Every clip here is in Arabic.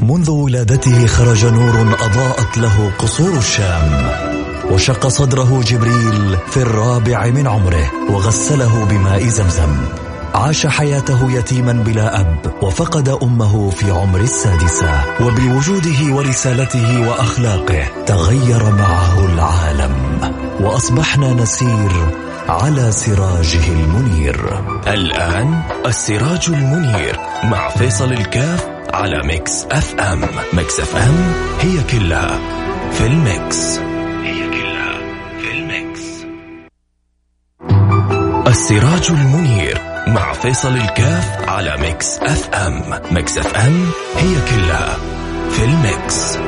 منذ ولادته خرج نور أضاءت له قصور الشام، وشق صدره جبريل في 4 من عمره وغسله بماء زمزم. عاش حياته يتيما بلا أب، وفقد أمه في عمر 6، وبوجوده ورسالته وأخلاقه تغير معه العالم، وأصبحنا نسير على سراجه المنير. الآن السراج المنير مع فيصل الكاف على ميكس اف ام. ميكس اف ام هي كلها في الميكس. السراج المنير مع فيصل الكاف على ميكس اف ام. ميكس اف ام هي كلها في الميكس.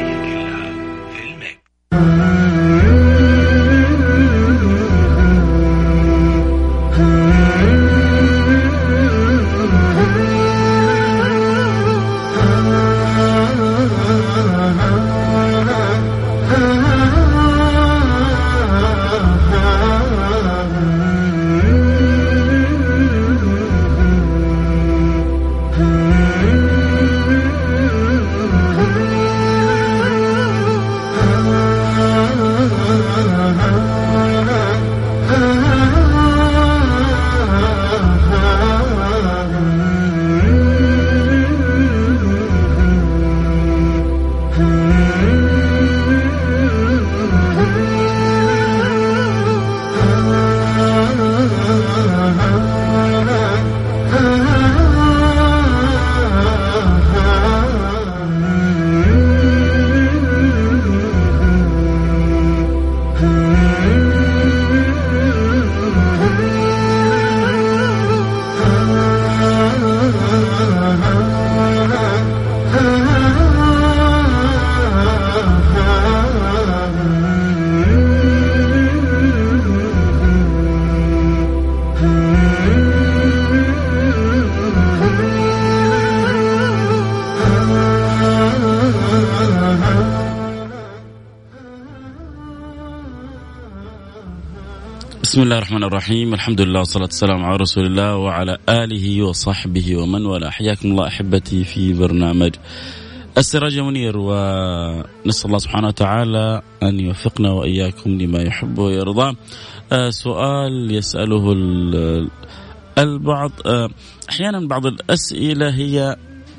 بسم الله الرحمن الرحيم. الحمد لله والصلاة والسلام على رسول الله وعلى آله وصحبه ومن والاه. حياكم الله أحبتي في برنامج السراج المنير، ونسأل الله سبحانه وتعالى أن يوفقنا وإياكم لما يحب ويرضى. سؤال يسأله البعض أحيانا، بعض الأسئلة هي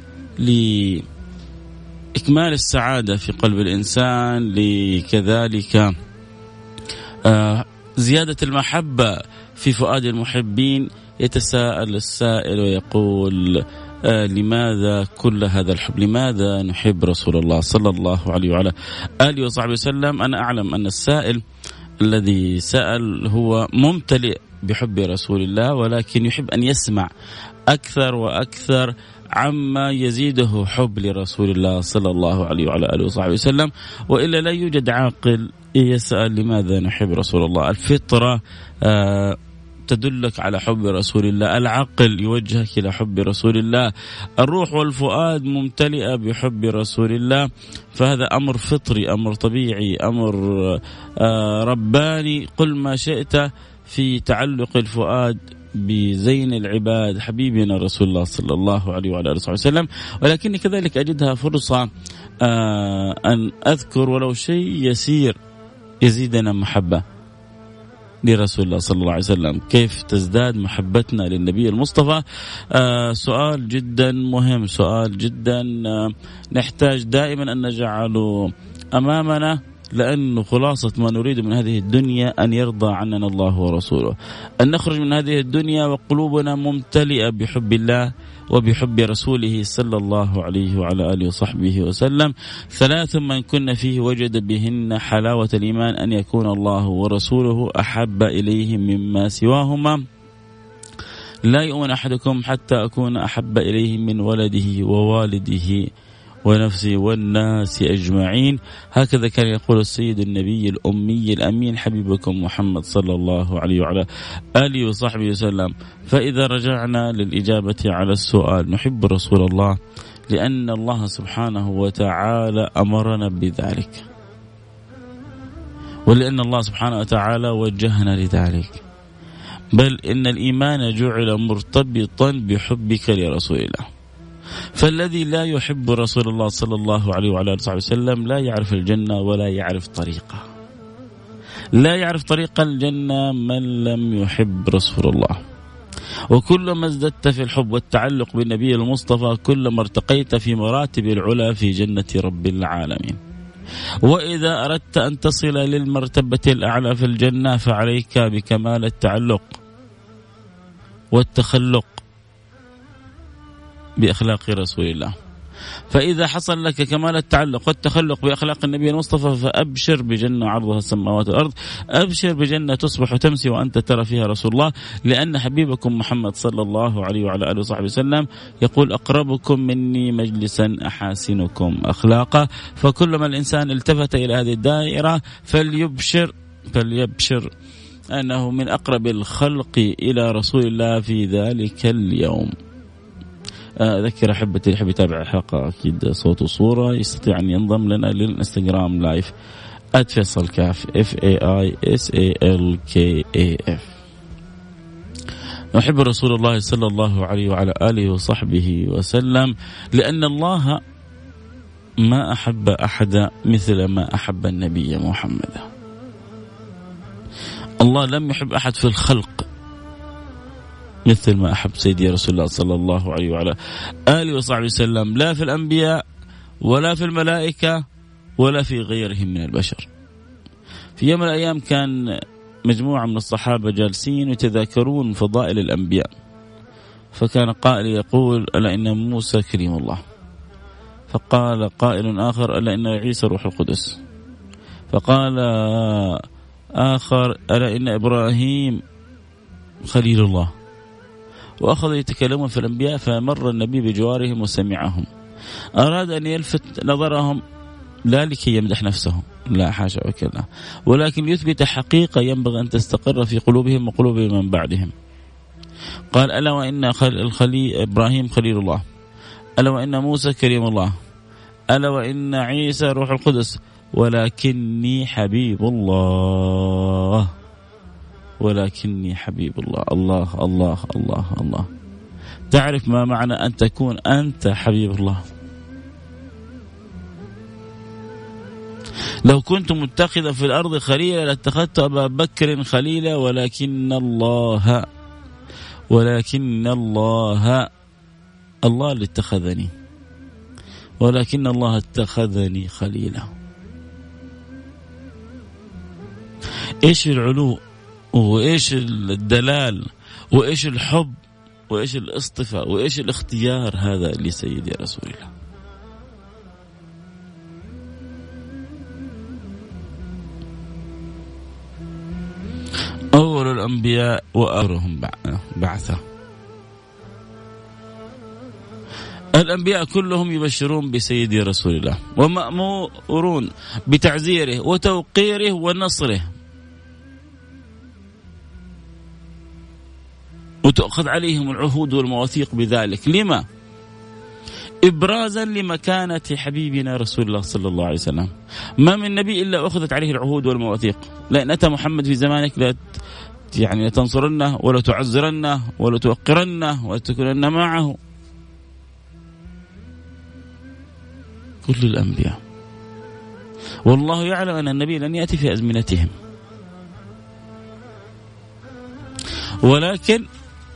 لإكمال السعادة في قلب الإنسان، لكذلك زيادة المحبة في فؤاد المحبين. يتساءل السائل ويقول لماذا كل هذا الحب؟ لماذا نحب رسول الله صلى الله عليه وعلى آله وصحبه وسلم؟ أنا أعلم أن السائل الذي سأل هو ممتلئ بحب رسول الله، ولكن يحب أن يسمع أكثر وأكثر عما يزيده حب لرسول الله صلى الله عليه وعلى آله وصحبه وسلم، وإلا لا يوجد عاقل يسأل لماذا نحب رسول الله. الفطرة تدلك على حب رسول الله، العقل يوجهك إلى حب رسول الله، الروح والفؤاد ممتلئة بحب رسول الله. فهذا أمر فطري، أمر طبيعي، أمر رباني. قل ما شئت في تعلق الفؤاد بزين العباد حبيبنا رسول الله صلى الله عليه وعلى آله وسلم. ولكن كذلك أجدها فرصة أن أذكر ولو شيء يسير يزيدنا محبة لرسول الله صلى الله عليه وسلم. كيف تزداد محبتنا للنبي المصطفى؟ سؤال جدا مهم، سؤال جدا نحتاج دائما أن نجعله أمامنا، لأنه خلاصة ما نريد من هذه الدنيا أن يرضى عننا الله ورسوله، أن نخرج من هذه الدنيا وقلوبنا ممتلئة بحب الله وبحب رسوله صلى الله عليه وعلى آله وصحبه وسلم. 3 من كن فيه وجد بهن حلاوة الإيمان: أن يكون الله ورسوله أحب إليه مما سواهما، لا يؤمن أحدكم حتى أكون أحب إليه من ولده ووالده ونفسي والناس أجمعين. هكذا كان يقول السيد النبي الأمي الأمين حبيبكم محمد صلى الله عليه وعلى آله وصحبه وسلم. فإذا رجعنا للإجابة على السؤال، نحب رسول الله لأن الله سبحانه وتعالى أمرنا بذلك، ولأن الله سبحانه وتعالى وجهنا لذلك، بل إن الإيمان جعل مرتبطا بحبك لرسول الله. فالذي لا يحب رسول الله صلى الله عليه وعلى آله وسلم لا يعرف الجنة ولا يعرف طريقه. لا يعرف طريق الجنة من لم يحب رسول الله. وكلما ازددت في الحب والتعلق بالنبي المصطفى كلما ارتقيت في مراتب العلا في جنة رب العالمين. وإذا أردت أن تصل للمرتبة الأعلى في الجنة فعليك بكمال التعلق والتخلق بأخلاق رسول الله. فإذا حصل لك كمال التعلق والتخلق بأخلاق النبي المصطفى فأبشر بجنة عرضها السماوات والأرض. أبشر بجنة تصبح وتمسي وأنت ترى فيها رسول الله، لأن حبيبكم محمد صلى الله عليه وعلى آله وصحبه وسلم يقول أقربكم مني مجلسا أحاسنكم أخلاقا. فكلما الإنسان التفت إلى هذه الدائرة فليبشر أنه من أقرب الخلق إلى رسول الله في ذلك اليوم. أذكر أحبتي اللي يحب يتابع الحلقة أكيد صوت وصورة يستطيع أن ينضم لنا للإنستغرام لايف @فيصل_كاف FAISALKAF. نحب رسول الله صلى الله عليه وعلى آله وصحبه وسلم لأن الله ما أحب أحد مثل ما أحب النبي محمد. الله لم يحب أحد في الخلق مثل ما أحب سيدي رسول الله صلى الله عليه وعلى آله وصحبه وسلم، لا في الأنبياء ولا في الملائكة ولا في غيرهم من البشر. في يوم من الأيام كان مجموعة من الصحابة جالسين يتذاكرون فضائل الأنبياء، فكان قائل يقول ألا إن موسى كريم الله، فقال قائل آخر ألا إن عيسى روح القدس، فقال آخر ألا إن إبراهيم خليل الله. وأخذوا يتكلمون في الأنبياء فمر النبي بجوارهم وسمعهم. أراد أن يلفت نظرهم لا لكي يمدح نفسه، لا حاشا وكلا، ولكن يثبت حقيقة ينبغي أن تستقر في قلوبهم وقلوب من بعدهم. قال ألا وإن إبراهيم خليل الله، ألا وإن موسى كريم الله، ألا وإن عيسى روح القدس، ولكني حبيب الله، ولكني حبيب الله. الله الله الله الله. تعرف ما معنى أن تكون أنت حبيب الله؟ لو كنت متخذا في الأرض خليلا لاتخذت أبا بكر خليلا، ولكن الله اللي اتخذني، ولكن الله اتخذني خليلا. إيش العلو وإيش الدلال وإيش الحب وإيش الاصطفاء وإيش الاختيار هذا لسيدي رسول الله. أول الأنبياء وآخرهم بعثة. الأنبياء كلهم يبشرون بسيدي رسول الله ومأمورون بتعزيره وتوقيره ونصره، وتأخذ عليهم العهود والمواثيق بذلك. لما؟ إبرازا لمكانة حبيبنا رسول الله صلى الله عليه وسلم. ما من نبي إلا أخذت عليه العهود والمواثيق. لأن أتى محمد في زمانك لا تنصرنه ولا تعزرنه ولا توقرنه ولا تكونن معه. كل الأنبياء والله يعلم أن النبي لن يأتي في أزمنتهم، ولكن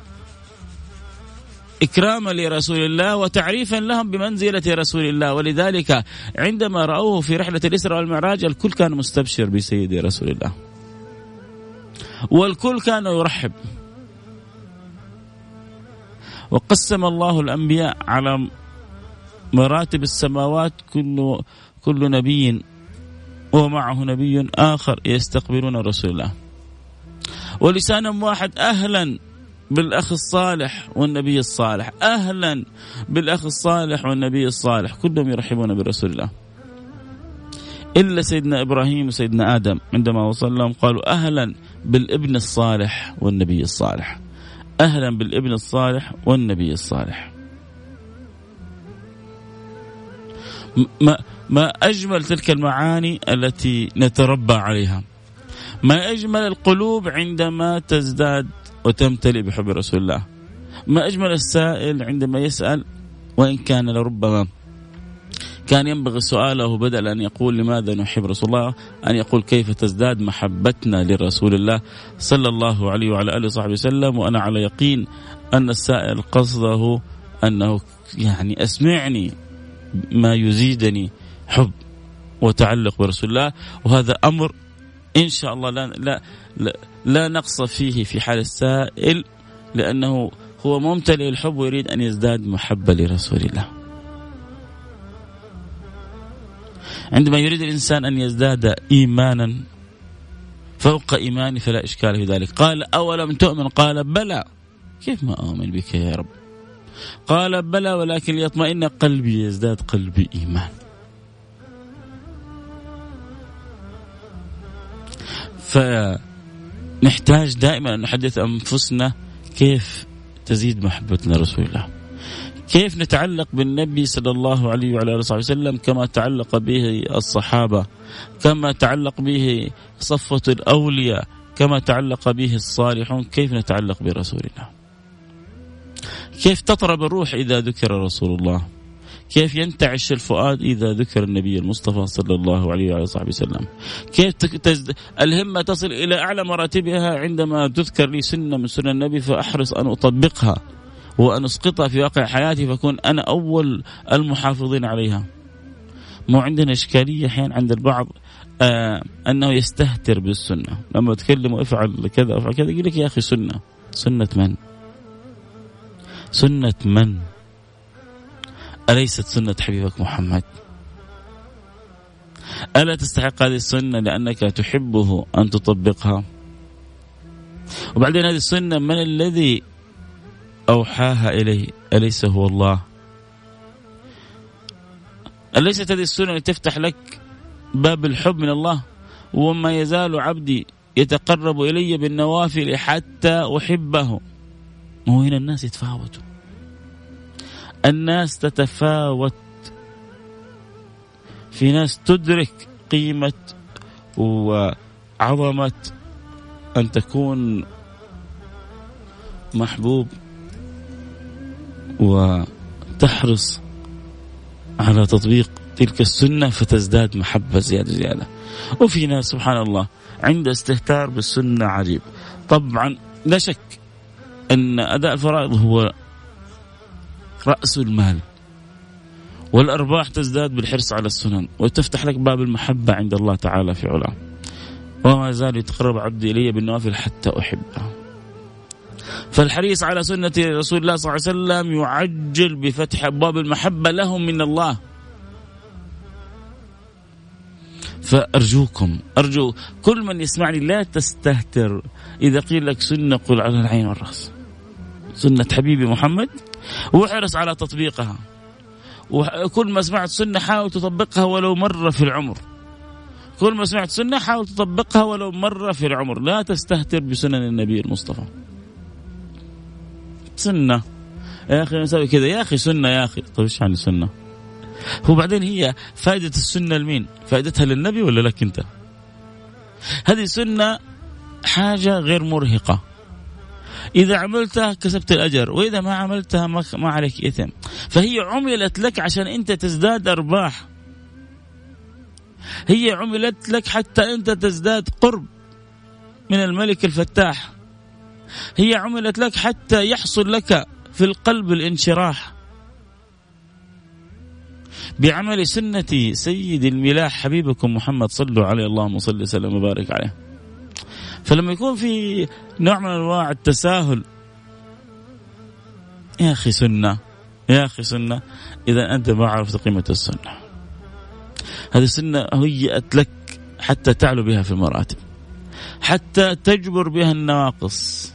إكراما لرسول الله وتعريفا لهم بمنزلة رسول الله. ولذلك عندما رأوه في رحلة الإسراء والمعراج الكل كان مستبشر بسيد رسول الله، والكل كان يرحب. وقسم الله الأنبياء على مراتب السماوات، كل نبي ومعه نبي آخر يستقبلون رسول الله، ولسانا واحد أهلا بالأخ الصالح والنبي الصالح، أهلا بالأخ الصالح والنبي الصالح، كلهم يرحبون برسول الله إلا سيدنا إبراهيم وسيدنا آدم عندما وصلهم قالوا أهلا بالابن الصالح والنبي الصالح، أهلا بالابن الصالح والنبي الصالح. ما أجمل تلك المعاني التي نتربى عليها، ما أجمل القلوب عندما تزداد وتمتلئ بحب رسول الله، ما أجمل السائل عندما يسأل وإن كان لربما كان ينبغي سؤاله بدل أن يقول لماذا نحب رسول الله أن يقول كيف تزداد محبتنا لرسول الله صلى الله عليه وعلى آله وصحبه وسلم. وأنا على يقين أن السائل قصده أنه يعني أسمعني ما يزيدني حب وتعلق برسول الله، وهذا أمر إن شاء الله لا نقص فيه في حال السائل، لأنه هو ممتلئ الحب ويريد أن يزداد محبة لرسول الله. عندما يريد الإنسان أن يزداد إيمانا فوق إيماني فلا إشكال في ذلك. قال أولم تؤمن؟ قال بلى. كيف ما أؤمن بك يا رب؟ قال بلى ولكن ليطمئن قلبي، يزداد قلبي إيمان. فنحتاج دائما أن نحدث أنفسنا كيف تزيد محبتنا رسول الله، كيف نتعلق بالنبي صلى الله عليه وعلى آله وسلم كما تعلق به الصحابة، كما تعلق به صفوة الأولياء، كما تعلق به الصالحون. كيف نتعلق برسول الله؟ كيف تطرب الروح إذا ذكر رسول الله؟ كيف ينتعش الفؤاد إذا ذكر النبي المصطفى صلى الله عليه وعلى آله وسلم؟ كيف الهمة تصل إلى أعلى مراتبها عندما تذكر لي سنة من سنن النبي فأحرص أن أطبقها وأن أسقطها في واقع حياتي فأكون أنا أول المحافظين عليها. مو عندنا إشكالية أحيانا عند البعض أنه يستهتر بالسنة، لما تكلموا افعل كذا افعل كذا يقول لك يا أخي سنة من؟ سنة من؟ أليست سنة حبيبك محمد؟ ألا تستحق هذه السنة لأنك تحبه أن تطبقها؟ وبعدين هذه السنة من الذي أوحاها إليه؟ أليس هو الله؟ أليست هذه السنة اللي تفتح لك باب الحب من الله؟ وما يزال عبدي يتقرب إلي بالنوافل حتى أحبه. وهنا الناس يتفاوتوا، الناس تتفاوت. في ناس تدرك قيمة وعظمة أن تكون محبوب وتحرص على تطبيق تلك السنة فتزداد محبة زيادة. وفي ناس سبحان الله عند استهتار بالسنة عجيب. طبعا لا شك أن أداء الفرائض هو رأس المال، والأرباح تزداد بالحرص على السنن وتفتح لك باب المحبة عند الله تعالى في علاه. وما زال يتقرب عبدي إلي بالنوافل حتى أحبه. فالحريص على سنة رسول الله صلى الله عليه وسلم يعجل بفتح أبواب المحبة لهم من الله. فأرجوكم أرجو كل من يسمعني لا تستهتر إذا قيل لك سنة قل على العين والرأس. سنة حبيبي محمد وحرص على تطبيقها، وكل ما سمعت سنة حاول تطبقها ولو مرة في العمر. كل ما سمعت سنة حاول تطبقها ولو مرة في العمر. لا تستهتر بسنن النبي المصطفى. سنة يا أخي نسوي كذا، يا أخي سنة، يا أخي طيب إيش يعني سنة؟ هو بعدين هي فائدة السنة لمين؟ فائدتها للنبي ولا لك أنت؟ هذه سنة حاجة غير مرهقة، إذا عملتها كسبت الأجر، وإذا ما عملتها ما عليك إثم. فهي عملت لك عشان أنت تزداد أرباح، هي عملت لك حتى أنت تزداد قرب من الملك الفتاح، هي عملت لك حتى يحصل لك في القلب الانشراح بعمل سنة سيد الملاح حبيبكم محمد صلوا عليه اللهم صل وسلم وبارك عليه. فلما يكون في نوع من أنواع التساهل يا أخي سنة، يا أخي سنة، إذا أنت ما عرفت قيمة السنة. هذه السنة هيئت لك حتى تعلو بها في المراتب، حتى تجبر بها النواقص.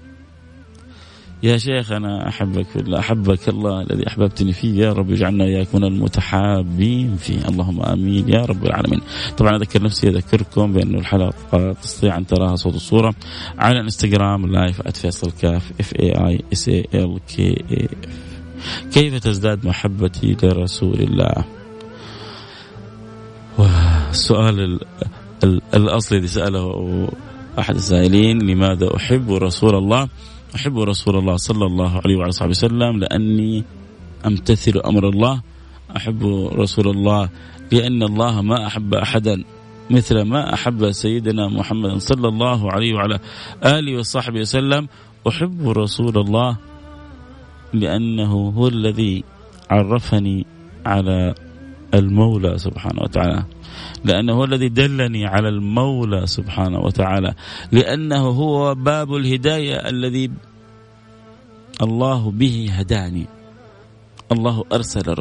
يا شيخ أنا أحبك في الله، أحبك الله الذي أحببتني فيه، يا رب اجعلنا إياك من المتحابين فيه، اللهم آمين يا رب العالمين. طبعا أذكر نفسي أذكركم بأن الحلقة تستطيع أن تراها صوت الصورة على الانستغرام لايف @فيصل_كاف FAISALKAF. كيف تزداد محبتي لرسول الله؟ والسؤال الأصلي الذي سأله أحد السائلين: لماذا أحب رسول الله؟ أحب رسول الله صلى الله عليه وعلى صحبه وسلم لأني أمتثل أمر الله، أحب رسول الله لأن الله ما أحب أحدا مثل ما أحب سيدنا محمد صلى الله عليه وعلى آله وصحبه وسلم. أحب رسول الله لأنه هو الذي عرفني على المولى سبحانه وتعالى، لأنه هو الذي دلني على المولى سبحانه وتعالى، لأنه هو باب الهداية الذي الله به هداني. الله أرسل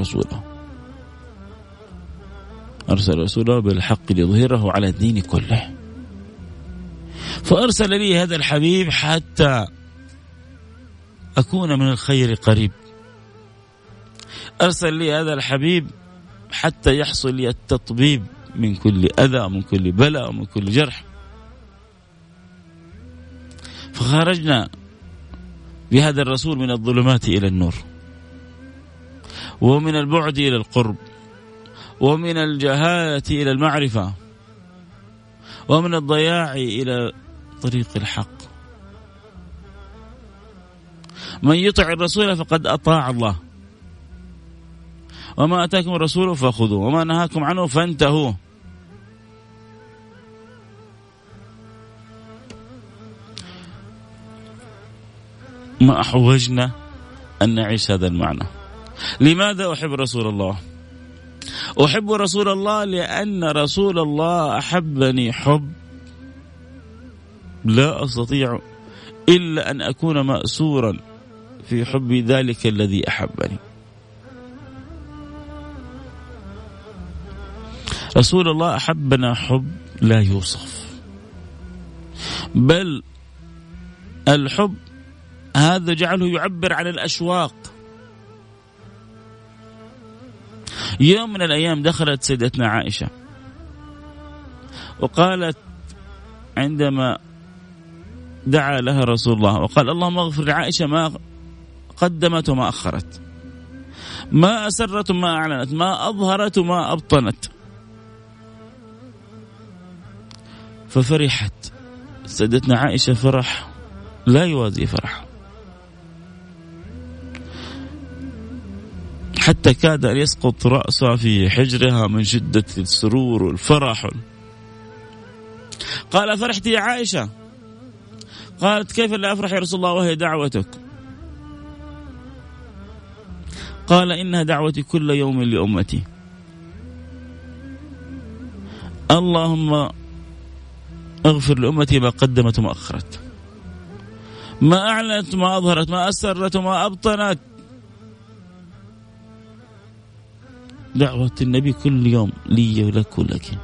رسوله بالحق ليظهره على الدين كله، فأرسل لي هذا الحبيب حتى أكون من الخير قريب. أرسل لي هذا الحبيب حتى يحصل لي التطبيب من كل أذى ومن كل بلاء ومن كل جرح. فخرجنا بهذا الرسول من الظلمات إلى النور، ومن البعد إلى القرب، ومن الجهالة إلى المعرفة، ومن الضياع إلى طريق الحق. من يطع الرسول فقد أطاع الله، وما أتاكم الرسول فخذوه وما نهاكم عنه فانتهوا. ما أحوجنا أن نعيش هذا المعنى. لماذا أحب رسول الله؟ أحب رسول الله لأن رسول الله أحبني حب لا أستطيع إلا أن أكون مأسورا في حب ذلك الذي أحبني. رسول الله أحبنا حب لا يوصف، بل الحب هذا جعله يعبر عن الأشواق. يوم من الأيام دخلت سيدتنا عائشة وقالت عندما دعا لها رسول الله وقال اللهم اغفر لعائشة ما قدمت وما أخرت، ما أسرت وما أعلنت، ما أظهرت وما أبطنت. ففرحت سيدتنا عائشة فرح لا يوازي فرح، حتى كاد أن يسقط رأسها في حجرها من شدة السرور والفرح. قال فرحت يا عائشة؟ قالت كيف لا أفرح يا رسول الله وهي دعوتك؟ قال إنها دعوتي كل يوم لأمتي، اللهم اغفر لأمتي ما قدمت وما أخرت، ما أعلنت ما أظهرت، ما أسرت وما أبطنت. دعوة النبي كل يوم لي ولك ولك.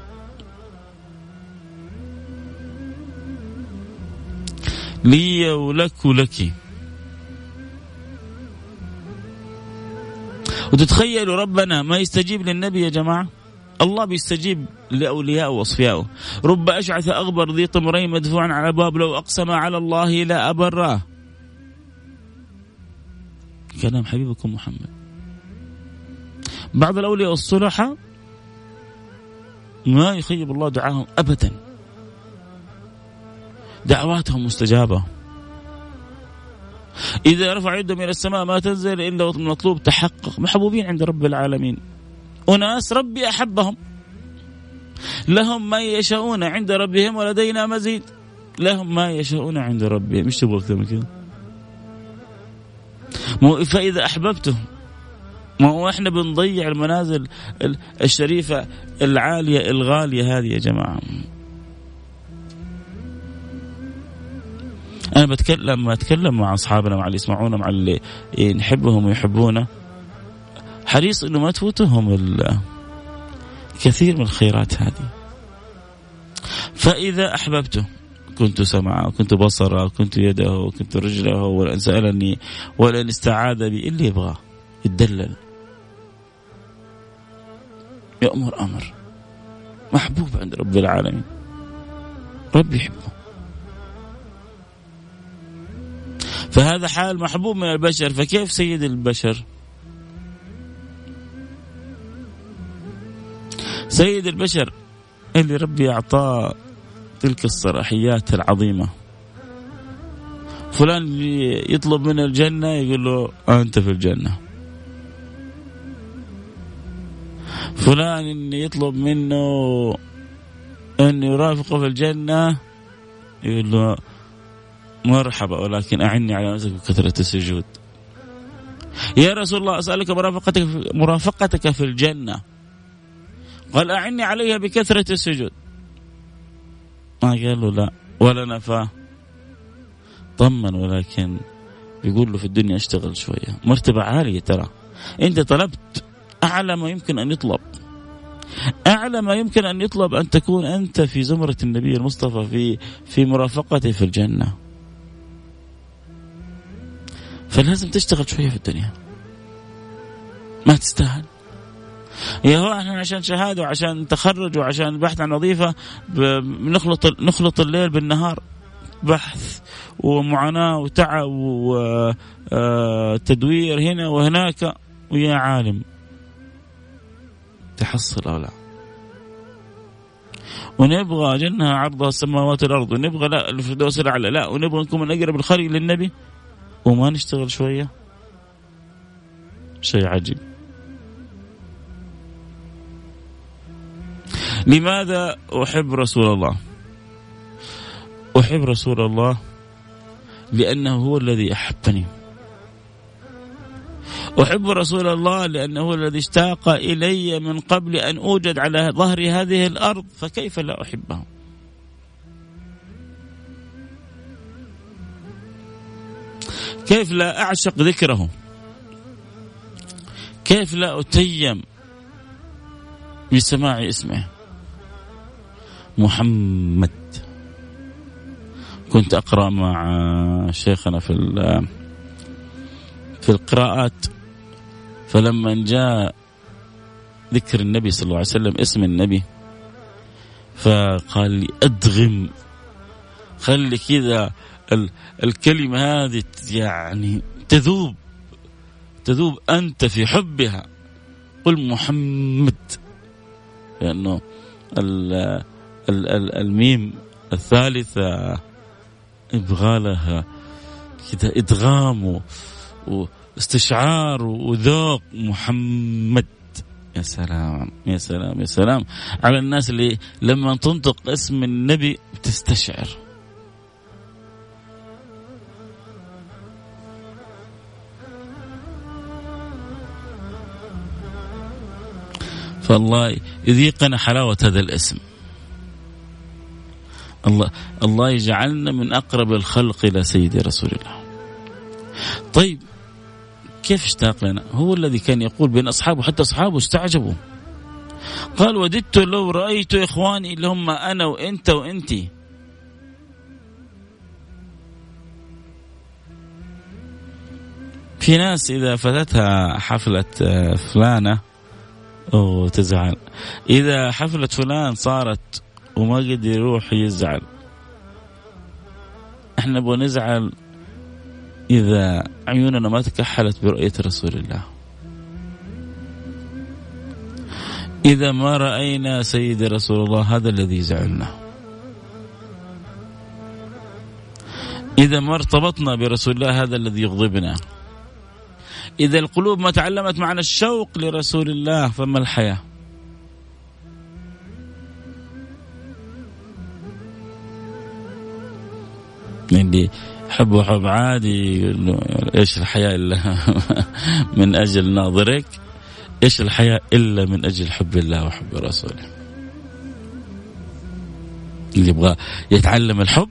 لي ولك ولك. وتتخيلوا ربنا ما يستجيب للنبي يا جماعة؟ الله بيستجيب لأولياء وأصفيائه. رب أشعث أغبر ذي طمرين مدفوعا على باب لو أقسم على الله لا أبره. كلام حبيبكم محمد. بعض الأولياء الصلحاء ما يخيب الله دعاهم أبدا، دعواتهم مستجابة. إذا رفع يدهم إلى السماء ما تنزل إلا مطلوب تحقق. محبوبين عند رب العالمين، أناس ربي أحبهم، لهم ما يشاءون عند ربهم ولدينا مزيد. لهم ما يشاءون عند ربهم. مش تبغى أكثر من كذا؟ فإذا أحببته، ما هو إحنا بنضيع المنازل الشريفة العالية الغالية هذه يا جماعة. أنا بتكلم مع أصحابنا، مع اللي يسمعونا، مع اللي نحبهم ويحبونا، حريص إنه ما تفوتهم كثير من الخيرات هذه. فإذا أحببته كنت سمعه وكنت بصره وكنت يده وكنت رجله، ولأن سألني ولأن استعاذ بي، اللي يبغاه يتدلل، يأمر أمر. محبوب عند رب العالمين، رب يحبه. فهذا حال محبوب من البشر. فكيف سيد البشر؟ سيد البشر اللي ربي أعطاه تلك الصلاحيات العظيمة. فلان يطلب من الجنة يقول له أنت في الجنة، فلان إن يطلب منه أن يرافقه في الجنة يقول له مرحبا ولكن أعني على نفسك بكثرة السجود. يا رسول الله أسألك مرافقتك في الجنة، قال أعني عليها بكثرة السجود. ما قال له لا ولا نفاه، طمن، ولكن بيقول له في الدنيا اشتغل شوية، مرتبة عالية ترى، أنت طلبت أعلى ما يمكن أن يطلب، أعلى ما يمكن أن يطلب أن تكون أنت في زمرة النبي المصطفى في مرافقته في الجنة، فلازم تشتغل شوية في الدنيا، ما تستاهل. يا هو احنا عشان شهادة وعشان تخرج وعشان البحث عن وظيفة نخلط الليل بالنهار، بحث ومعاناة وتعب وتدوير هنا وهناك، ويا عالم تحصل أو لا. ونبغى جنة عرضها السماوات والأرض، ونبغى لا الفردوس الأعلى، لا، ونبغى نكون من أقرب الخلق للنبي وما نشتغل شوية. شيء عجيب. لماذا أحب رسول الله؟ أحب رسول الله لأنه هو الذي أحبني. أحب رسول الله لأنه هو الذي اشتاق إلي من قبل أن أوجد على ظهر هذه الأرض، فكيف لا أحبه؟ كيف لا أعشق ذكره؟ كيف لا أتيم بسماع اسمه محمد؟ كنت أقرأ مع شيخنا في القراءات، فلما جاء ذكر النبي صلى الله عليه وسلم اسم النبي فقال لي أدغم، خلي كذا الكلمة هذه يعني تذوب أنت في حبها، قل محمد، لأنه الميم الثالثة يبغى لها كده إدغام واستشعار وذوق. محمد، يا سلام يا سلام يا سلام على الناس اللي لما تنطق اسم النبي تستشعر. فالله يذيقنا حلاوة هذا الاسم. الله يجعلنا من أقرب الخلق إلى سيد رسول الله. طيب كيف اشتاق لنا؟ هو الذي كان يقول بين أصحابه، حتى أصحابه استعجبوا، قال وددت لو رأيت إخواني اللي هم أنا وإنت وإنتي. في ناس إذا فاتتها حفلة فلانة أو تزعل، إذا حفلة فلان صارت وما قدر يروح يزعل. احنا نبغى نزعل إذا عيوننا ما تكحلت برؤية رسول الله، إذا ما رأينا سيد رسول الله، هذا الذي يزعلنا. إذا ما ارتبطنا برسول الله، هذا الذي يغضبنا. إذا القلوب ما تعلمت معنا الشوق لرسول الله، فما الحياة؟ اللي حب حب عادي إيش الحياة إلا من أجل ناظرك، إيش الحياة إلا من أجل حب الله وحب رسوله. اللي يبغى يتعلم الحب،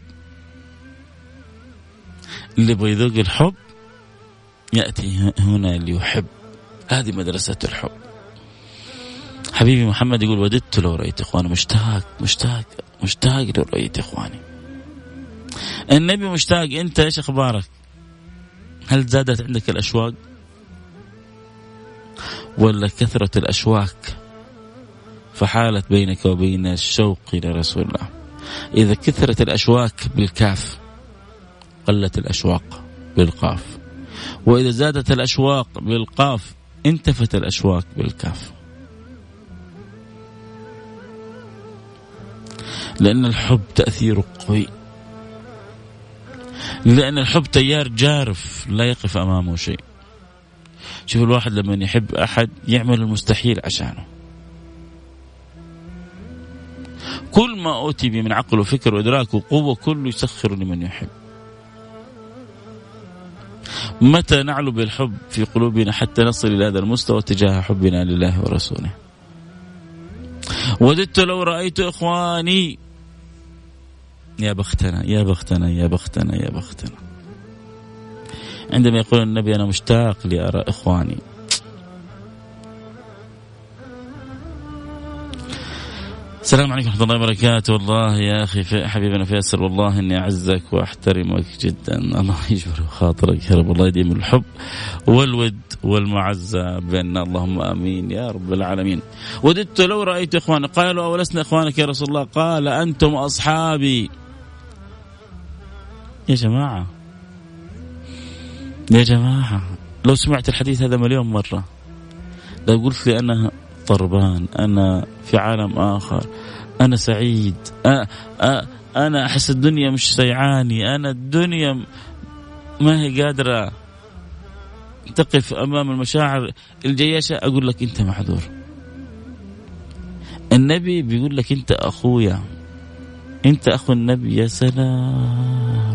اللي يبغى يذوق الحب، يأتي هنا ليحب. هذه مدرسة الحب. حبيبي محمد يقول وددت لو رأيت إخواني، مشتاق لو رأيت إخواني. النبي مشتاق، أنت إيش أخبارك؟ هل زادت عندك الأشواق ولا كثرة الأشواك فحالت بينك وبين الشوق إلى رسول الله؟ إذا كثرت الأشواك بالكاف قلت الأشواق بالقاف، وإذا زادت الأشواق بالقاف انتفت الأشواق بالكاف. لأن الحب تأثيره قوي، لأن الحب تيار جارف لا يقف أمامه شيء. شوف الواحد لما يحب أحد يعمل المستحيل عشانه، كل ما أوتي من عقل وفكر وإدراك وقوة كله يسخر لمن يحب. متى نعلو بالحب في قلوبنا حتى نصل إلى هذا المستوى تجاه حبنا لله ورسوله؟ وددت لو رأيت إخواني. يا بختنا يا بختنا يا بختنا يا بختنا عندما يقول النبي أنا مشتاق لأرى إخواني. السلام عليكم ورحمة الله وبركاته. والله يا أخي حبيبنا فيصل والله إني أعزك وأحترمك جدا. الله يجبر خاطرك يا رب. الله يديم الحب والود والمعزة بيننا اللهم آمين يا رب العالمين. وددت لو رأيت إخوانا. قالوا أولسنا إخوانك يا رسول الله؟ قال أنتم أصحابي. يا جماعة يا جماعة لو سمعت الحديث هذا مليون مرة، لو قلت لي أنا طربان، أنا في عالم آخر، أنا سعيد، أنا أحس الدنيا مش سيعاني، أنا الدنيا ما هي قادرة تقف أمام المشاعر الجياشة، أقول لك أنت معذور. النبي بيقول لك أنت أخويا، أنت أخو النبي. يا سلام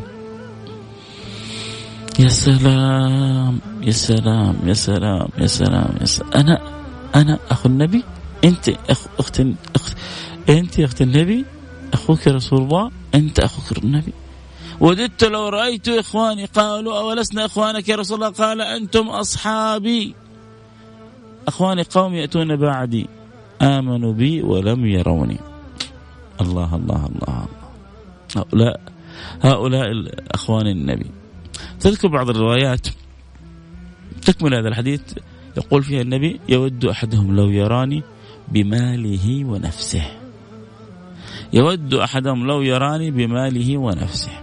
يا سلام يا سلام يا سلام يا سلام يا سلام. أنا أخو النبي، أنت أخت أنت أخت النبي، أخوك رسول الله، أنت أخوك النبي. وددت لو رأيت إخواني. قالوا أولسنا إخوانك يا رسول الله؟ قال أنتم أصحابي. أخواني قوم يأتون بعدي آمنوا بي ولم يروني. الله الله الله الله. هؤلاء أخوان النبي. تذكر بعض الروايات تكمل هذا الحديث يقول فيها النبي يود أحدهم لو يراني بماله ونفسه. يود أحدهم لو يراني بماله ونفسه.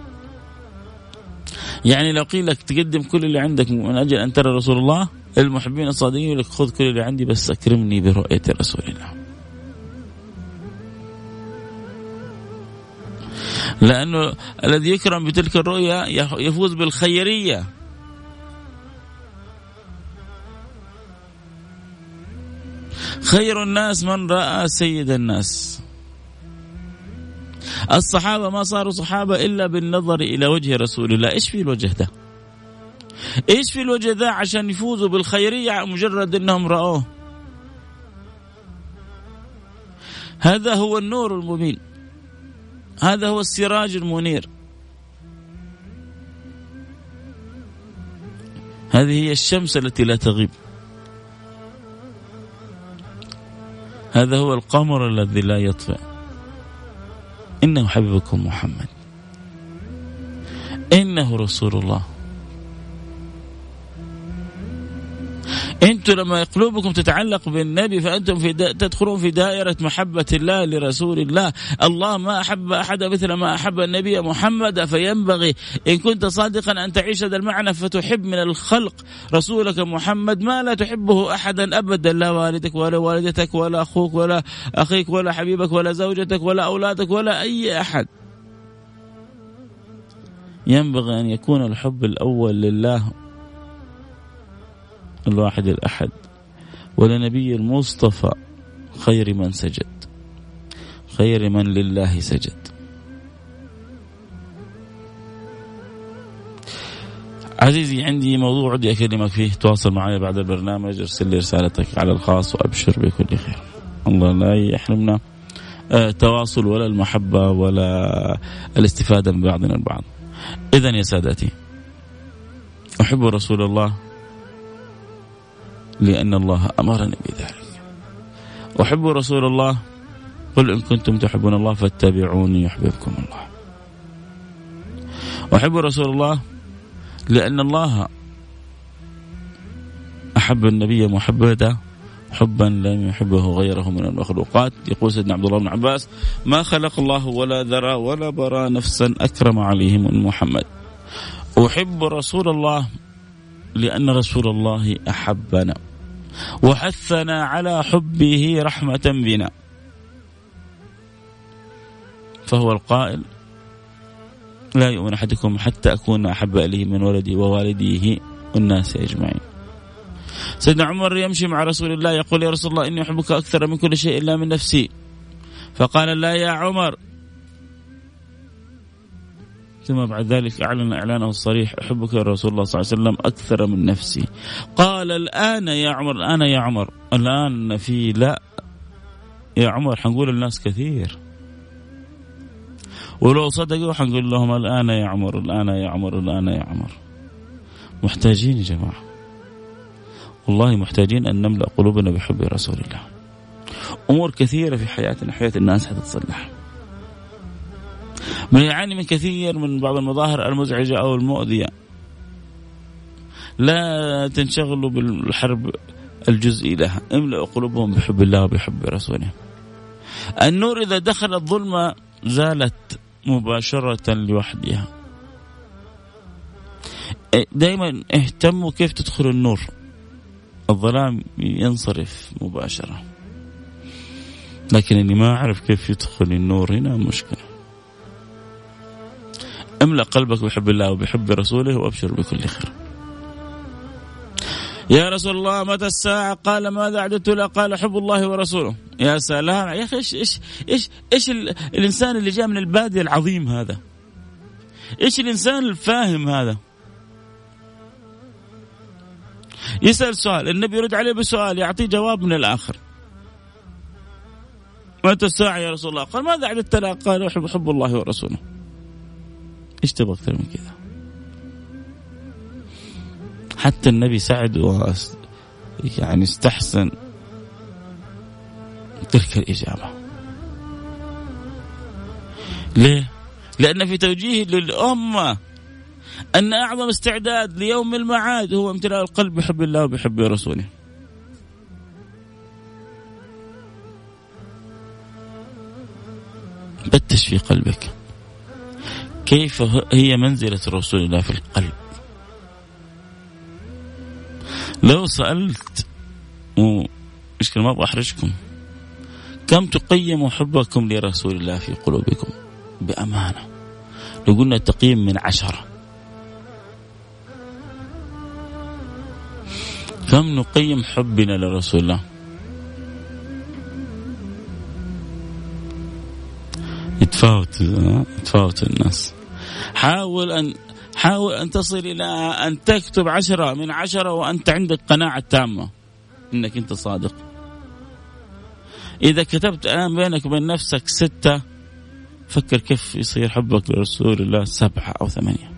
يعني لو قيل لك تقدم كل اللي عندك من أجل أن ترى رسول الله، المحبين الصادقين يقول لك خذ كل اللي عندي بس أكرمني برؤية رسول الله. لأنه الذي يكرم بتلك الرؤية يفوز بالخيرية. خير الناس من رأى سيد الناس. الصحابة ما صاروا صحابة إلا بالنظر إلى وجه رسول الله. إيش في الوجه ده؟ إيش في الوجه ده عشان يفوزوا بالخيرية مجرد أنهم رأوه؟ هذا هو النور المبين، هذا هو السراج المنير، هذه هي الشمس التي لا تغيب، هذا هو القمر الذي لا يطفئ. إنه حبيبكم محمد، إنه رسول الله. أنتم لما قلوبكم تتعلق بالنبي فأنتم تدخلون في دائرة محبة الله لرسول الله. الله ما أحب أحد مثل ما أحب النبي محمد، فينبغي إن كنت صادقا أن تعيش هذا المعنى فتحب من الخلق رسولك محمد ما لا تحبه أحدا أبدا، لا والدك ولا والدتك ولا أخوك ولا أخيك ولا حبيبك ولا زوجتك ولا أولادك ولا أي أحد. ينبغي أن يكون الحب الأول لله الواحد الأحد ولنبي المصطفى خير من سجد، خير من لله سجد. عزيزي عندي موضوع ودي أكلمك فيه، تواصل معي بعد البرنامج، ارسل لي رسالتك على الخاص وأبشر بكل خير. الله لا يحرمنا تواصل ولا المحبة ولا الاستفادة من بعضنا البعض. إذن يا سادتي، أحب رسول الله لأن الله أمرني بذلك. أحب رسول الله، قل إن كنتم تحبون الله فاتبعوني يحببكم الله. أحب رسول الله لأن الله أحب النبي محمدا حبا لم يحبه غيره من المخلوقات. يقول سيدنا عبد الله بن عباس: ما خلق الله ولا ذرى ولا برى نفسا أكرم عليه من محمد. أحب رسول الله لأن رسول الله أحبنا وحثنا على حبه رحمة بنا، فهو القائل: لا يؤمن أحدكم حتى أكون أحب إليه من ولدي ووالديه والناس أجمعين. سيدنا عمر يمشي مع رسول الله يقول: يا رسول الله إني أحبك أكثر من كل شيء إلا من نفسي. فقال لا يا عمر، ثم بعد ذلك أعلن إعلانه الصريح: أحبك يا رسول الله صلى الله عليه وسلم أكثر من نفسي. قال الآن يا عمر، الآن يا عمر، الآن في لا يا عمر حنقول الناس كثير، ولو صدقوا حنقول لهم الآن يا عمر، الآن يا عمر، الآن يا عمر. محتاجين يا جماعة، والله محتاجين أن نملأ قلوبنا بحب رسول الله. أمور كثيرة في حياتنا، حياة الناس حتتصلح. من يعاني من كثير من بعض المظاهر المزعجة أو المؤذية، لا تنشغلوا بالحرب الجزئي لها، املأوا قلوبهم بحب الله وبحب رسوله. النور إذا دخل الظلمة زالت مباشرة لوحدها. دائما اهتموا كيف تدخل النور، الظلام ينصرف مباشرة. لكن اللي ما أعرف كيف يدخل النور هنا مشكلة. املأ قلبك بحب الله وبحب رسوله وأبشر بكل خير. يا رسول الله متى الساعة؟ قال ماذا أعددت له؟ قال حب الله ورسوله. يا سلام يا أخي، إيش الإنسان اللي جاء من البادية العظيم هذا؟ إيش الإنسان الفاهم هذا؟ يسأل سؤال، النبي يرد عليه بسؤال، يعطيه جواب من الآخر. متى الساعة يا رسول الله؟ قال ماذا أعددت له؟ قال حب الله ورسوله. إيش تبغى أكثر من كذا؟ حتى النبي سعد يعني استحسن تلك الإجابة. ليه؟ لأن في توجيه للأمة أن أعظم استعداد ليوم المعاد هو امتلاء القلب بحب الله وبحب رسوله. فتش في قلبك كيف هي منزلة رسول الله في القلب. لو سألت مشكلة ما أبغى أحرجكم، كم تقيم حبكم لرسول الله في قلوبكم بأمانة؟ لو قلنا تقييم من 10، كم نقيم حبنا لرسول الله؟ يتفاوت الناس. حاول أن تصل إلى أن تكتب 10 من 10 وأنت عندك قناعة تامة إنك أنت صادق. إذا كتبت الآن بينك وبين نفسك 6، فكر كيف يصير حبك لرسول الله 7 أو 8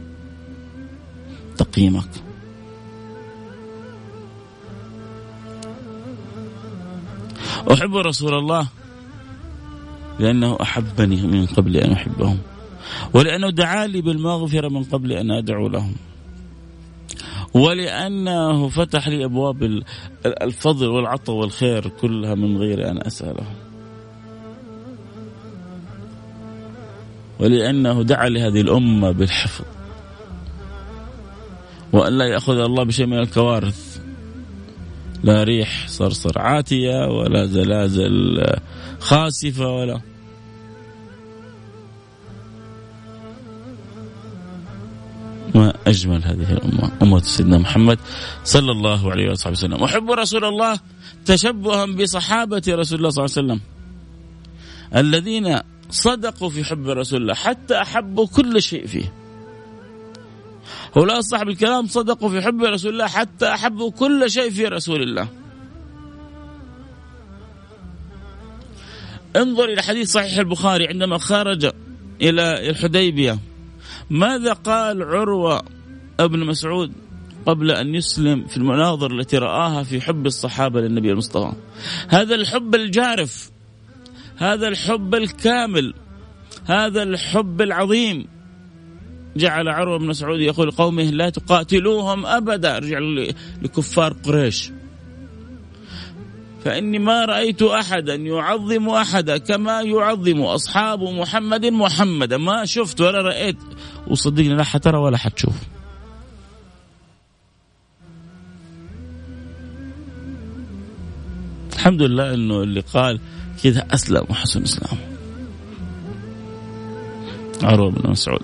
تقييمك. أحب رسول الله لأنه أحبني من قبل أن أحبهم، ولأنه دعا لي بالمغفرة من قبل أن أدعو لهم، ولأنه فتح لي أبواب الفضل والعطاء والخير كلها من غير أن أسأله، ولأنه دعا لهذه الأمة بالحفظ وأن لا يأخذ الله بشيء من الكوارث، لا ريح صرصر عاتية ولا زلازل خاسفة ولا ما أجمل هذه الأمة، أمة سيدنا محمد صلى الله عليه وسلم. وحب رسول الله تشبها بصحابة رسول الله صلى الله عليه وسلم الذين صدقوا في حب رسول الله حتى أحبوا كل شيء فيه. هؤلاء صاحب الكلام صدقوا في حب رسول الله حتى أحبوا كل شيء في رسول الله. انظر إلى حديث صحيح البخاري عندما خرج إلى الحديبية، ماذا قال عروة ابن مسعود قبل أن يسلم في المناظر التي رآها في حب الصحابة للنبي المصطفى؟ هذا الحب الجارف، هذا الحب الكامل، هذا الحب العظيم جعل عروة بن مسعود يقول قومه لا تقاتلوهم أبدا، رجع لكفار قريش، فإني ما رأيت أحدا يعظم أحدا كما يعظم أصحاب محمد محمدا. ما شفت ولا رأيت، وصدقني لا حترى ولا حتشوف. الحمد لله أنه اللي قال كذا أسلم وحسن إسلام، عروة بن مسعود.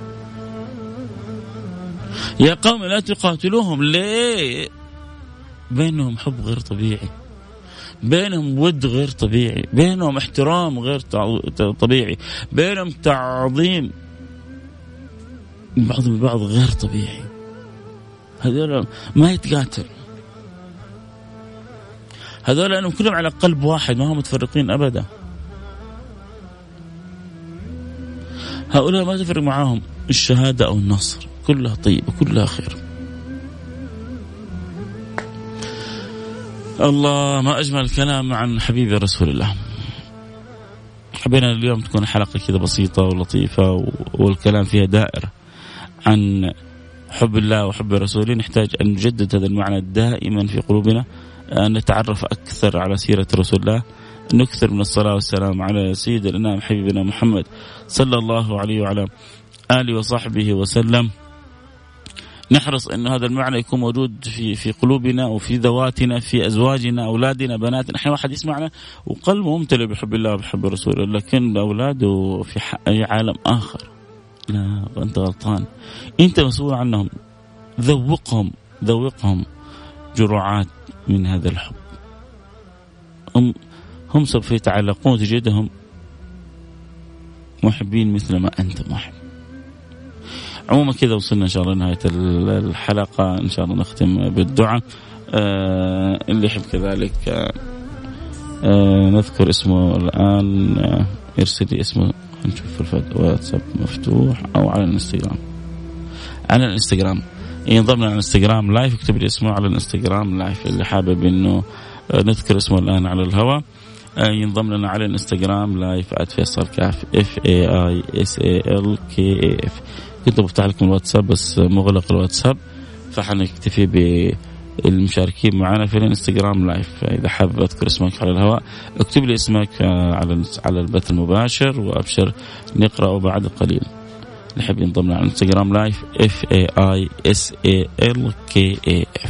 يا قوم لا تقاتلوهم، ليه؟ بينهم حب غير طبيعي، بينهم ود غير طبيعي، بينهم احترام غير طبيعي، بينهم تعظيم بعض البعض غير طبيعي. هذول ما يتقاتل، هذول لأنهم كلهم على قلب واحد، ما هم متفرقين أبدا. هؤلاء ما تفرق معاهم الشهادة أو النصر، كلها طيبة كلها خير. الله، ما أجمل الكلام عن حبيبي رسول الله. حبينا اليوم تكون حلقة كذا بسيطة ولطيفة والكلام فيها دائر عن حب الله وحب رسوله. نحتاج أن نجدد هذا المعنى دائما في قلوبنا، أن نتعرف أكثر على سيرة رسول الله، نكثر من الصلاة والسلام على سيد الأنام حبيبنا محمد صلى الله عليه وعلى آله وصحبه وسلم. نحرص أن هذا المعنى يكون موجود في قلوبنا وفي ذواتنا، في أزواجنا، أولادنا، بناتنا. أحيانا واحد يسمعنا وقلبه ممتلئ بحب الله وبحب رسوله، لكن أولاده في أي عالم آخر. لا، أنت غلطان، أنت مسؤول عنهم. ذوقهم جرعات من هذا الحب. هم سوف يتعلقون تجدهم محبين مثل ما أنت محب. عموما كذا وصلنا إن شاء الله نهاية الحلقة. إن شاء الله نختم بالدعاء. اللي يحب كذلك نذكر اسمه الآن، يرسل لي اسمه، نشوف الواتساب مفتوح أو على الانستغرام. على الانستغرام ينضم لنا على الانستغرام لايف، اكتب لي اسمه على الانستغرام لايف. اللي حابب إنه نذكر اسمه الآن على الهواء ينضم لنا على الانستغرام لايف @فيصل_كاف FAISALKAF. كنت بفتح لكم الواتساب بس مغلق الواتساب، فحنكتفي بالمشاركين معنا في الانستغرام لايف. إذا حابب أذكر اسمك على الهواء اكتب لي اسمك على البث المباشر وأبشر نقرأه بعد قليل. نحب ينضم لنا على الانستغرام لايف FAISALKAF.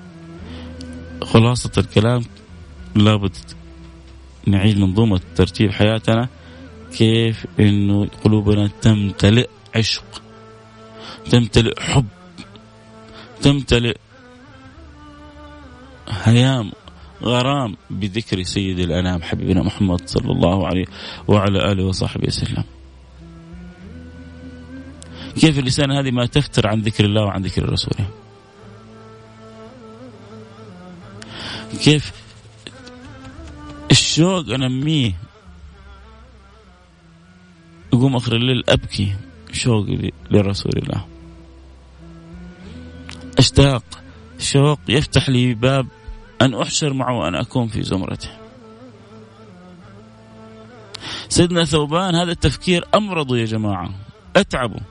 خلاصة الكلام، لابد نعيد منظومة ترتيب حياتنا، كيف إنه قلوبنا تمتلئ عشق، تمتلئ حب، تمتلئ هيام غرام بذكر سيد الأنام حبيبنا محمد صلى الله عليه وعلى آله وصحبه وسلم. كيف اللسان هذه ما تفتر عن ذكر الله وعن ذكر رسوله. كيف الشوق أنميه، أقوم آخر الليل أبكي شوق لرسول الله، أشتاق شوق يفتح لي باب أن أحشر معه وأن أكون في زمرته. سيدنا ثوبان هذا التفكير أمرض يا جماعة، أتعبوا.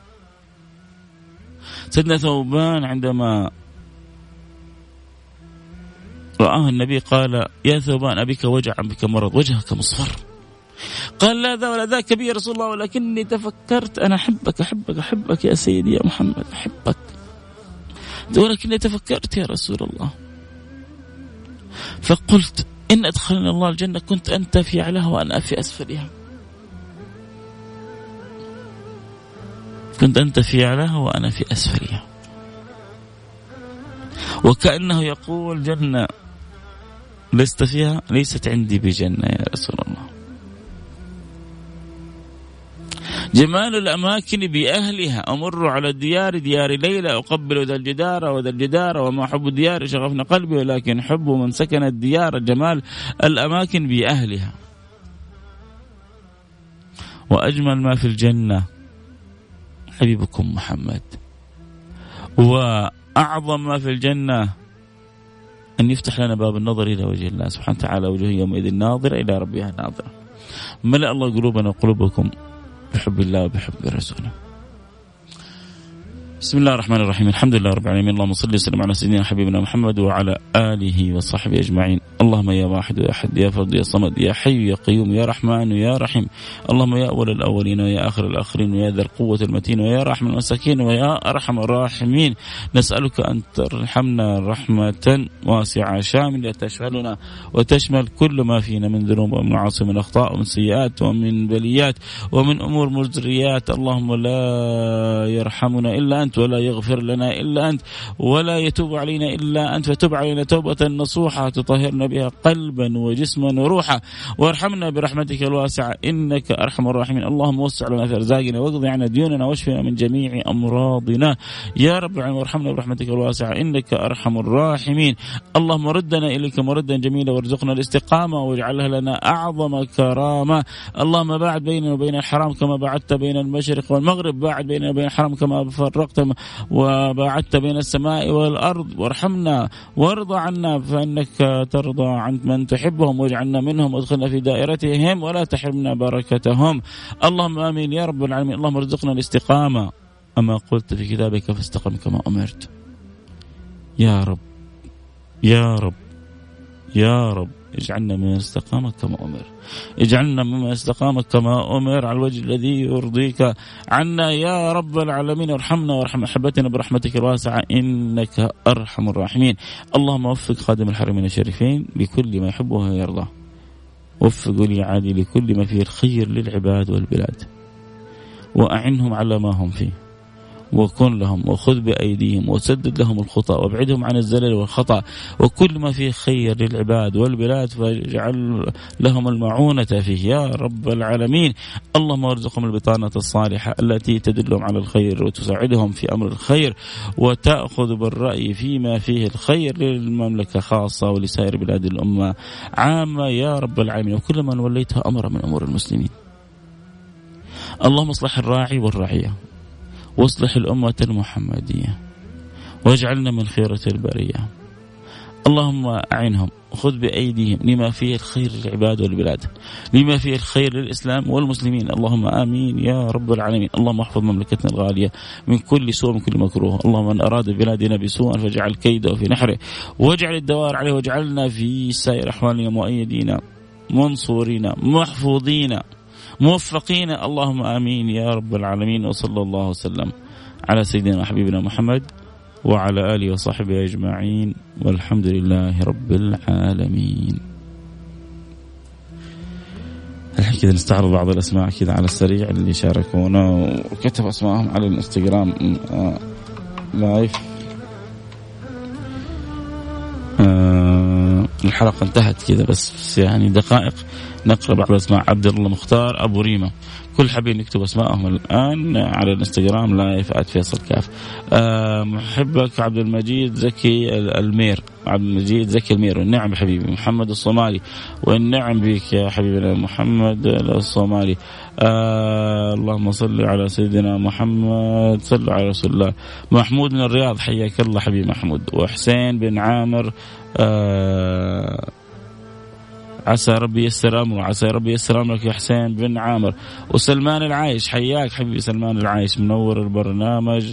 سيدنا ثوبان عندما رآه النبي قال: يا ثوبان أبيك وجع بك مرض، وجهك مصفر. قال: لا ذا ولا ذاك بي يا رسول الله، ولكني تفكرت أنا أحبك أحبك أحبك يا سيدي يا محمد، أحبك، ولكني تفكرت يا رسول الله، فقلت إن أدخلنا الله الجنة كنت أنت في أعلاها وأنا في أسفلها، كنت أنت في أعلاها وأنا في أسفلها. وكأنه يقول: جنة لست فيها ليست عندي بجنة يا رسول الله. جمال الأماكن بأهلها، أمر على الديار ديار ليلى، أقبل ذا الجدار وذا الجدار، وما حب الديار شغفنا قلبي، ولكن حب من سكن الديار. جمال الأماكن بأهلها. وأجمل ما في الجنة حبيبكم محمد، وأعظم ما في الجنة أن يفتح لنا باب النظر إلى وجه الله سبحانه وتعالى، وجه يومئذ ناظرة إلى ربها ناظرة. ملأ الله قلوبنا وقلوبكم بحب الله وبحب رسوله. بسم الله الرحمن الرحيم، الحمد لله رب العالمين، اللهم صل وسلم على سيدنا حبيبنا محمد وعلى آله وصحبه أجمعين. اللهم يا واحد يا أحد يا فرد يا صمد يا حي يا قيوم يا رحمن يا رحيم، اللهم يا أول الأولين ويا آخر الآخرين ويا ذا القوة المتين ويا رحم المساكين ويا أرحم الراحمين، نسألك أن ترحمنا رحمة واسعة شاملة تشملنا وتشمل كل ما فينا من ذنوب ومن معاصي ومن أخطاء ومن سيئات ومن بليات ومن أمور مجريات. اللهم لا يرحمنا إلا أنت، أنت، ولا يغفر لنا إلا أنت، ولا يتوب علينا إلا أنت، فتب علينا توبة نصوحة تطهرنا بها قلبا وجسما وروحا، وارحمنا برحمتك الواسعة إنك أرحم الراحمين. اللهم وسع لنا في أرزاقنا، واقض عنا ديوننا، واشفنا من جميع أمراضنا يا رب العالمين، وارحمنا برحمتك الواسعة إنك أرحم الراحمين. اللهم ردنا إليك مردا جميلا، وارزقنا الاستقامة، واجعلها لنا أعظم كرامة. اللهم باعد بيننا وبين الحرام كما باعدت بين المشرق والمغرب، باعد بيننا وبين الحرام كما فرقت وباعدت بين السماء والأرض، وارحمنا وارضى عنا فإنك ترضى عن من تحبهم، واجعلنا منهم، وادخلنا في دائرتهم ولا تحرمنا بركتهم. اللهم آمين يا رب العالمين. اللهم ارزقنا الاستقامة أما قلت في كتابك فاستقم كما أمرت يا رب يا رب يا رب. اجعلنا من استقامة كما أمر، اجعلنا مما استقام كما أمر على الوجه الذي يرضيك عنا يا رب العالمين. وارحمنا وارحم أحبتنا برحمتك الواسعة إنك أرحم الراحمين. اللهم وفق خادم الحرمين الشريفين بكل ما يحبه ويرضاه، وفق ولي عادي لكل ما فيه الخير للعباد والبلاد، وأعنهم على ما هم فيه، وكن لهم، وخذ بأيديهم، وسدد لهم الخطأ، وابعدهم عن الزلل والخطأ، وكل ما فيه خير للعباد والبلاد فاجعل لهم المعونة فيه يا رب العالمين. اللهم ارزقهم البطانة الصالحة التي تدلهم على الخير وتساعدهم في أمر الخير، وتأخذ بالرأي فيما فيه الخير للمملكة خاصة ولسائر بلاد الأمة عامة يا رب العالمين، وكل من وليتها أمر من أمور المسلمين. اللهم اصلح الراعي والرعية، واصلح الأمة المحمدية، واجعلنا من خيرة البرية. اللهم أعنهم، خذ بأيديهم لما فيه الخير للعباد والبلاد، لما فيه الخير للإسلام والمسلمين. اللهم آمين يا رب العالمين. اللهم احفظ مملكتنا الغالية من كل سوء، من كل مكروه. اللهم من أراد بلادنا بسوء فاجعل كيده في نحره، واجعل الدوار عليه، واجعلنا في سائر أحوالنا مؤيدين منصورين محفوظين موفقين. اللهم آمين يا رب العالمين. وصلى الله وسلم على سيدنا وحبيبنا محمد وعلى آله وصحبه أجمعين، والحمد لله رب العالمين. الحين كذا نستعرض بعض الأسماء كذا على السريع اللي شاركونا وكتب أسمائهم على الانستغرام لايف. الحلقة انتهت كذا بس يعني دقائق نقرأ بعض اسماء. عبد الله مختار أبو ريمة، كل حابين نكتب اسمائهم الآن على الانستغرام لايف @فيصل كاف. محبك عبد المجيد زكي المير، عبد المجيد زكي المير، والنعم بحبيبي محمد الصومالي، والنعم بك يا حبيبنا محمد الصومالي. اللهم صل على سيدنا محمد، صلوا على رسول الله. محمود من الرياض، حياك الله حبيبي محمود. وحسين بن عامر، عسى ربي يسر أمره، عسى ربي يسر أمرك يا حسين بن عامر. وسلمان العايش، حياك حبيبي سلمان العايش، منور البرنامج.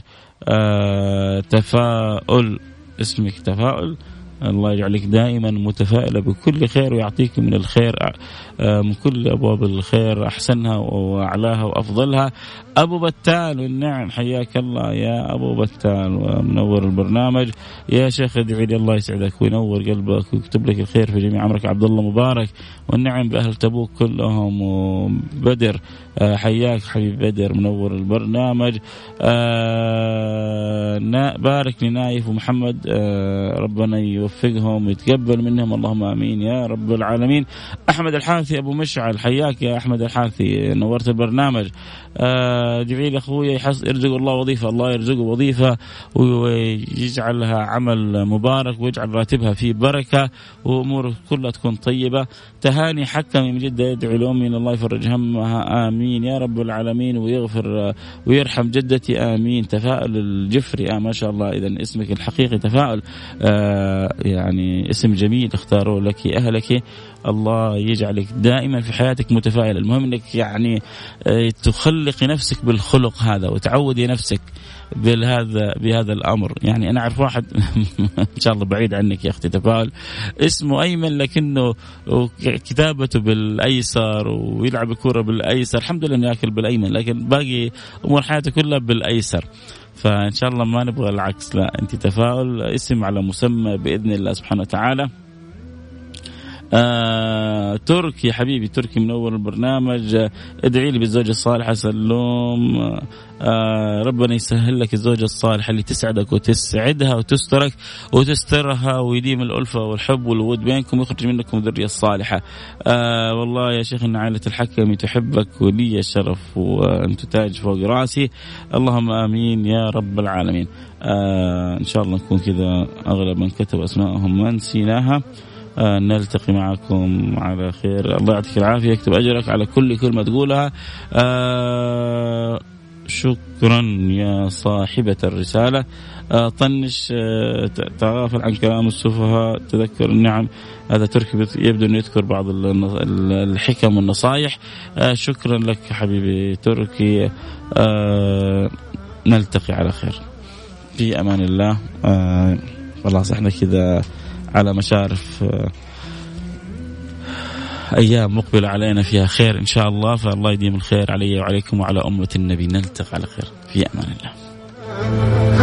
تفاؤل، اسمك تفاؤل، الله يجعلك دائما متفائلة بكل خير، ويعطيك من الخير من كل أبواب الخير أحسنها وأعلاها وأفضلها. أبو بتال، والنعم حياك الله يا أبو بتال، ومنور البرنامج يا شيخ. ادعي لي الله يسعدك وينور قلبك ويكتب لك الخير في جميع عمرك. عبد الله مبارك، والنعم بأهل تبوك كلهم. وبدر، حياك حبيب بدر، منور البرنامج. بارك لنايف ومحمد، ربنا يوفقهم ويتقبل منهم، اللهم آمين يا رب العالمين. أحمد الحاثي أبو مشعل، حياك يا أحمد الحاثي، نورت البرنامج. ادعي لي أخويا يرزق الله وظيفة، الله يرزقه وظيفة ويجعلها عمل مبارك، ويجعل راتبها فيه بركة، وأموره كلها تكون طيبة. تهاني حكم من جدة، يدعو لأمي إن الله يفرج همها، آمين يا رب العالمين، ويغفر ويرحم جدتي، آمين. تفاؤل الجفري، ما شاء الله، إذا اسمك الحقيقي تفاؤل، يعني اسم جميل اختاروا لك أهلك، الله يجعلك دائما في حياتك متفائل. المهم انك يعني تخلقي نفسك بالخلق هذا، وتعودي نفسك بهذا الامر. يعني انا اعرف واحد ان شاء الله بعيد عنك يا اختي تفاؤل، اسمه ايمن لكنه كتابته بالايسر ويلعب الكوره بالايسر، الحمد لله انه ياكل بالايمن، لكن باقي امور حياته كلها بالايسر. فان شاء الله ما نبغى العكس، لا انت تفاؤل، اسم على مسمى باذن الله سبحانه وتعالى. تركي حبيبي تركي منور البرنامج، ادعي لي بالزوجة الصالحة سلوم. ربنا يسهل لك الزوجة الصالحة اللي تسعدك وتسعدها وتسترك وتسترها ويديم الألفة والحب والود بينكم ويخرج منكم الذرية الصالحة. والله يا شيخ إن عائلة الحكمي تحبك ولي الشرف وأنت تاج فوق راسي، اللهم آمين يا رب العالمين. إن شاء الله نكون كذا أغلب من كتب أسمائهم ما نسيناها. نلتقي معكم على خير. الله يعطيك العافية، يكتب أجرك على كل كلمة تقولها. شكرا يا صاحبة الرسالة. طنش تغافل عن كلام السفهاء، تذكر النعم. هذا تركي يبدو أن يذكر بعض الحكم والنصائح. شكرا لك حبيبي تركي. نلتقي على خير في أمان الله. خلاص احنا كذا على مشارف أيام مقبلة علينا فيها خير إن شاء الله، فالله يديم الخير علي وعليكم وعلى أمة النبي. نلتقي على خير في أمان الله.